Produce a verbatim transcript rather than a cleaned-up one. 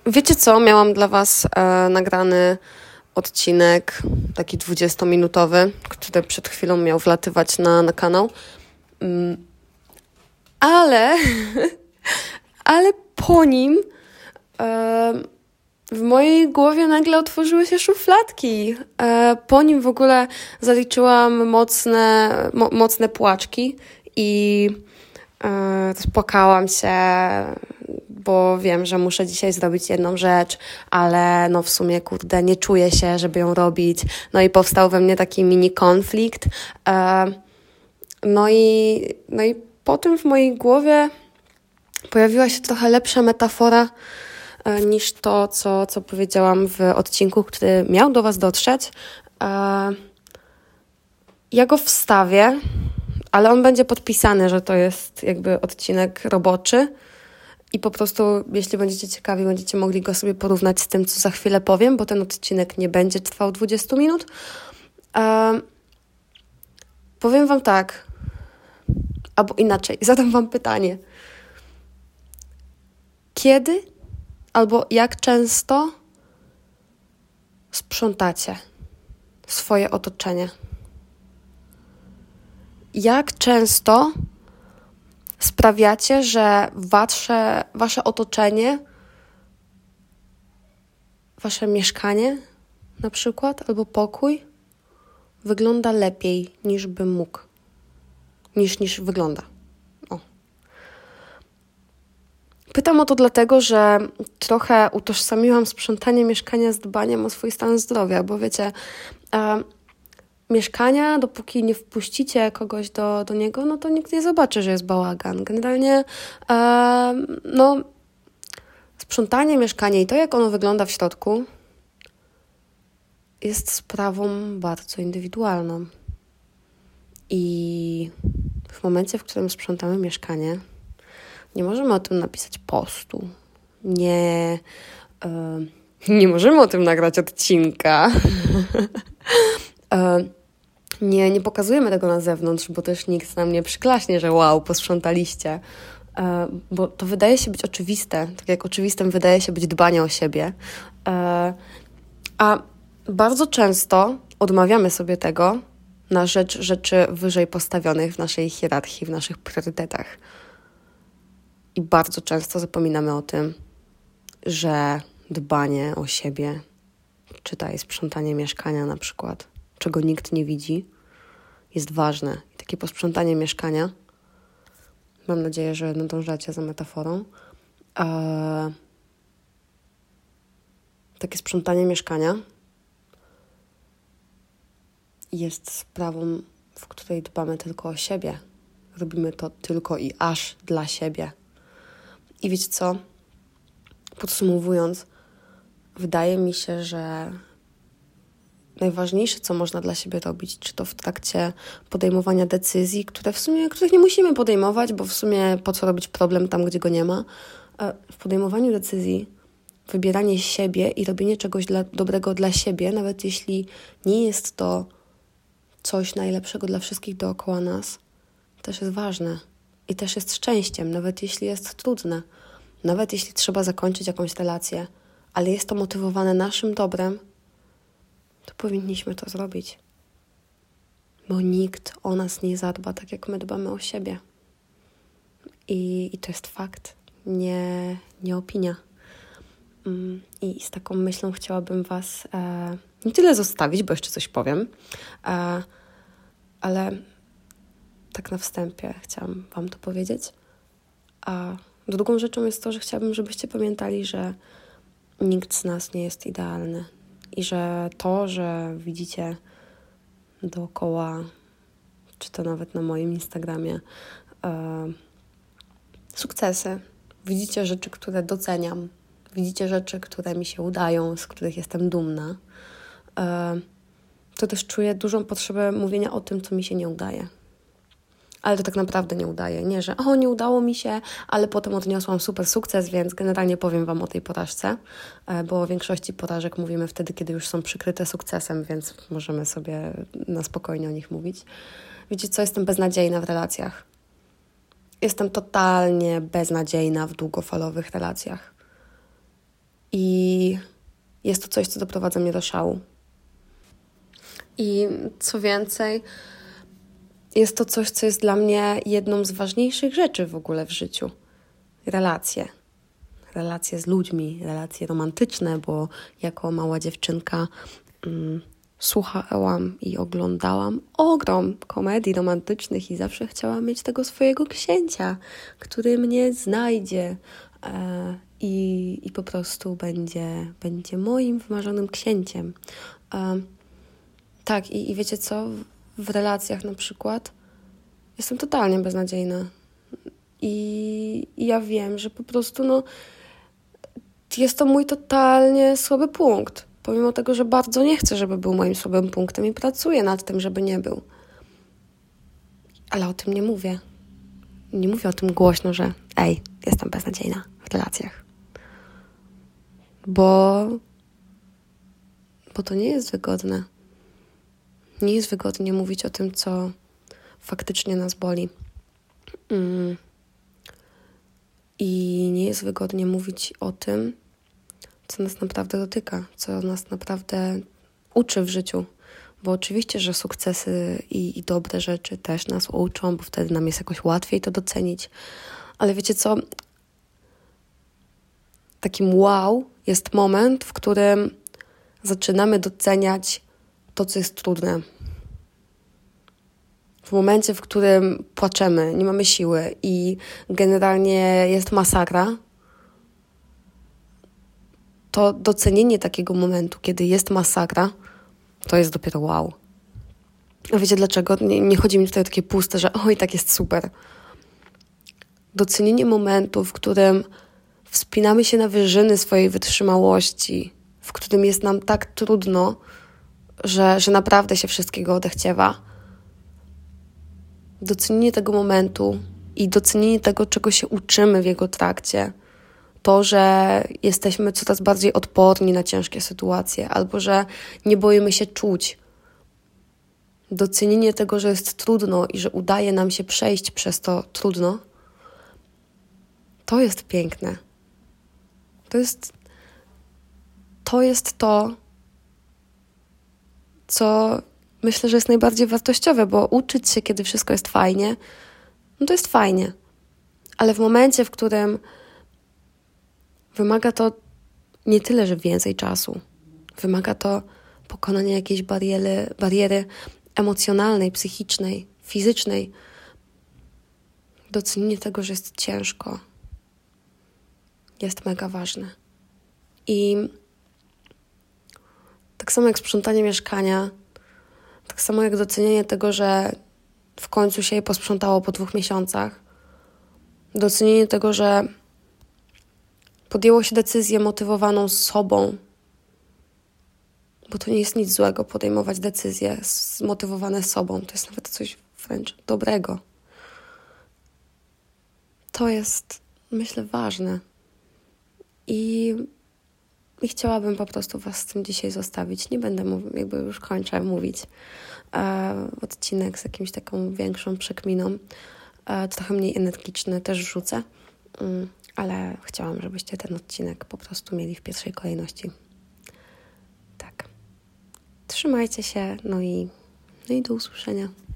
Wiecie co? Miałam dla Was e, nagrany odcinek, taki dwudziestominutowy, który przed chwilą miał wlatywać na, na kanał. Mm, ale, ale po nim e, w mojej głowie nagle otworzyły się szufladki. E, po nim w ogóle zaliczyłam mocne, mo, mocne płaczki i e, spłakałam się, bo wiem, że muszę dzisiaj zrobić jedną rzecz, ale no w sumie, kurde, nie czuję się, żeby ją robić. No i powstał we mnie taki mini konflikt. E, no i, no i potem w mojej głowie pojawiła się trochę lepsza metafora e, niż to, co, co powiedziałam w odcinku, który miał do Was dotrzeć. E, ja go wstawię, ale on będzie podpisany, że to jest jakby odcinek roboczy. I po prostu, jeśli będziecie ciekawi, będziecie mogli go sobie porównać z tym, co za chwilę powiem, bo ten odcinek nie będzie trwał dwadzieścia minut. Um, powiem Wam tak, albo inaczej, zadam Wam pytanie. Kiedy albo jak często sprzątacie swoje otoczenie? Jak często sprawiacie, że wasze, wasze otoczenie, wasze mieszkanie na przykład, albo pokój wygląda lepiej niż by mógł, niż, niż wygląda. O. Pytam o to dlatego, że trochę utożsamiłam sprzątanie mieszkania z dbaniem o swój stan zdrowia, bo wiecie, e, mieszkania, dopóki nie wpuścicie kogoś do, do niego, no to nikt nie zobaczy, że jest bałagan. Generalnie e, no, sprzątanie mieszkania i to, jak ono wygląda w środku, jest sprawą bardzo indywidualną. I w momencie, w którym sprzątamy mieszkanie, nie możemy o tym napisać postu. Nie, e, nie możemy o tym nagrać odcinka. e, Nie, nie pokazujemy tego na zewnątrz, bo też nikt nam nie przyklaśnie, że wow, posprzątaliście. E, bo to wydaje się być oczywiste, tak jak oczywistym wydaje się być dbanie o siebie. E, a bardzo często odmawiamy sobie tego na rzecz rzeczy wyżej postawionych w naszej hierarchii, w naszych priorytetach. I bardzo często zapominamy o tym, że dbanie o siebie, czytaj sprzątanie mieszkania na przykład, czego nikt nie widzi, jest ważne. I takie posprzątanie mieszkania, mam nadzieję, że nadążacie za metaforą, eee, takie sprzątanie mieszkania jest sprawą, w której dbamy tylko o siebie. Robimy to tylko i aż dla siebie. I wiecie co? Podsumowując, wydaje mi się, że najważniejsze, co można dla siebie robić, czy to w trakcie podejmowania decyzji, które w sumie, których nie musimy podejmować, bo w sumie po co robić problem tam, gdzie go nie ma. W podejmowaniu decyzji, wybieranie siebie i robienie czegoś dla, dobrego dla siebie, nawet jeśli nie jest to coś najlepszego dla wszystkich dookoła nas, też jest ważne. I też jest szczęściem, nawet jeśli jest trudne. Nawet jeśli trzeba zakończyć jakąś relację, ale jest to motywowane naszym dobrem, to powinniśmy to zrobić. Bo nikt o nas nie zadba tak, jak my dbamy o siebie. I, i to jest fakt, nie, nie opinia. I z taką myślą chciałabym Was e, nie tyle zostawić, bo jeszcze coś powiem, e, ale tak na wstępie chciałam Wam to powiedzieć. A drugą rzeczą jest to, że chciałabym, żebyście pamiętali, że nikt z nas nie jest idealny. I że to, że widzicie dookoła, czy to nawet na moim Instagramie, e, sukcesy, widzicie rzeczy, które doceniam, widzicie rzeczy, które mi się udają, z których jestem dumna, e, to też czuję dużą potrzebę mówienia o tym, co mi się nie udaje. Ale to tak naprawdę nie udaje. Nie, że o, nie udało mi się, ale potem odniosłam super sukces, więc generalnie powiem Wam o tej porażce, bo o większości porażek mówimy wtedy, kiedy już są przykryte sukcesem, więc możemy sobie na spokojnie o nich mówić. Wiecie co? Jestem beznadziejna w relacjach. Jestem totalnie beznadziejna w długofalowych relacjach. I jest to coś, co doprowadza mnie do szału. I co więcej, jest to coś, co jest dla mnie jedną z ważniejszych rzeczy w ogóle w życiu. Relacje. Relacje z ludźmi, relacje romantyczne, bo jako mała dziewczynka mm, słuchałam i oglądałam ogrom komedii romantycznych i zawsze chciałam mieć tego swojego księcia, który mnie znajdzie e, i, i po prostu będzie, będzie moim wymarzonym księciem. E, tak, i, i wiecie co? W relacjach na przykład jestem totalnie beznadziejna. I, I ja wiem, że po prostu no, jest to mój totalnie słaby punkt. Pomimo tego, że bardzo nie chcę, żeby był moim słabym punktem i pracuję nad tym, żeby nie był. Ale o tym nie mówię. Nie mówię o tym głośno, że ej, jestem beznadziejna w relacjach. Bo, bo to nie jest wygodne. Nie jest wygodnie mówić o tym, co faktycznie nas boli. Mm. I nie jest wygodnie mówić o tym, co nas naprawdę dotyka, co nas naprawdę uczy w życiu. Bo oczywiście, że sukcesy i, i dobre rzeczy też nas uczą, bo wtedy nam jest jakoś łatwiej to docenić. Ale wiecie co? Takim wow jest moment, w którym zaczynamy doceniać to, co jest trudne. W momencie, w którym płaczemy, nie mamy siły i generalnie jest masakra, to docenienie takiego momentu, kiedy jest masakra, to jest dopiero wow. A wiecie dlaczego? Nie, nie chodzi mi tutaj o takie puste, że oj, tak jest super. Docenienie momentu, w którym wspinamy się na wyżyny swojej wytrzymałości, w którym jest nam tak trudno, że, że naprawdę się wszystkiego odechciewa. Docenienie tego momentu i docenienie tego, czego się uczymy w jego trakcie, to, że jesteśmy coraz bardziej odporni na ciężkie sytuacje, albo że nie boimy się czuć. Docenienie tego, że jest trudno i że udaje nam się przejść przez to trudno, to jest piękne. To jest to, jest to co myślę, że jest najbardziej wartościowe, bo uczyć się, kiedy wszystko jest fajnie, no to jest fajnie. Ale w momencie, w którym wymaga to nie tyle, że więcej czasu, wymaga to pokonania jakiejś bariery, bariery emocjonalnej, psychicznej, fizycznej, docenienie tego, że jest ciężko, jest mega ważne. I tak samo jak sprzątanie mieszkania, tak samo jak docenienie tego, że w końcu się je posprzątało po dwóch miesiącach, docenienie tego, że podjęło się decyzję motywowaną sobą, bo to nie jest nic złego podejmować decyzje zmotywowane sobą, to jest nawet coś wręcz dobrego. To jest, myślę, ważne. I, i chciałabym po prostu was z tym dzisiaj zostawić. Nie będę, mów- jakby już kończę mówić e, odcinek z jakimś taką większą przekminą. E, trochę mniej energiczny też rzucę, mm, ale chciałam, żebyście ten odcinek po prostu mieli w pierwszej kolejności. Tak. Trzymajcie się, no i, no i do usłyszenia.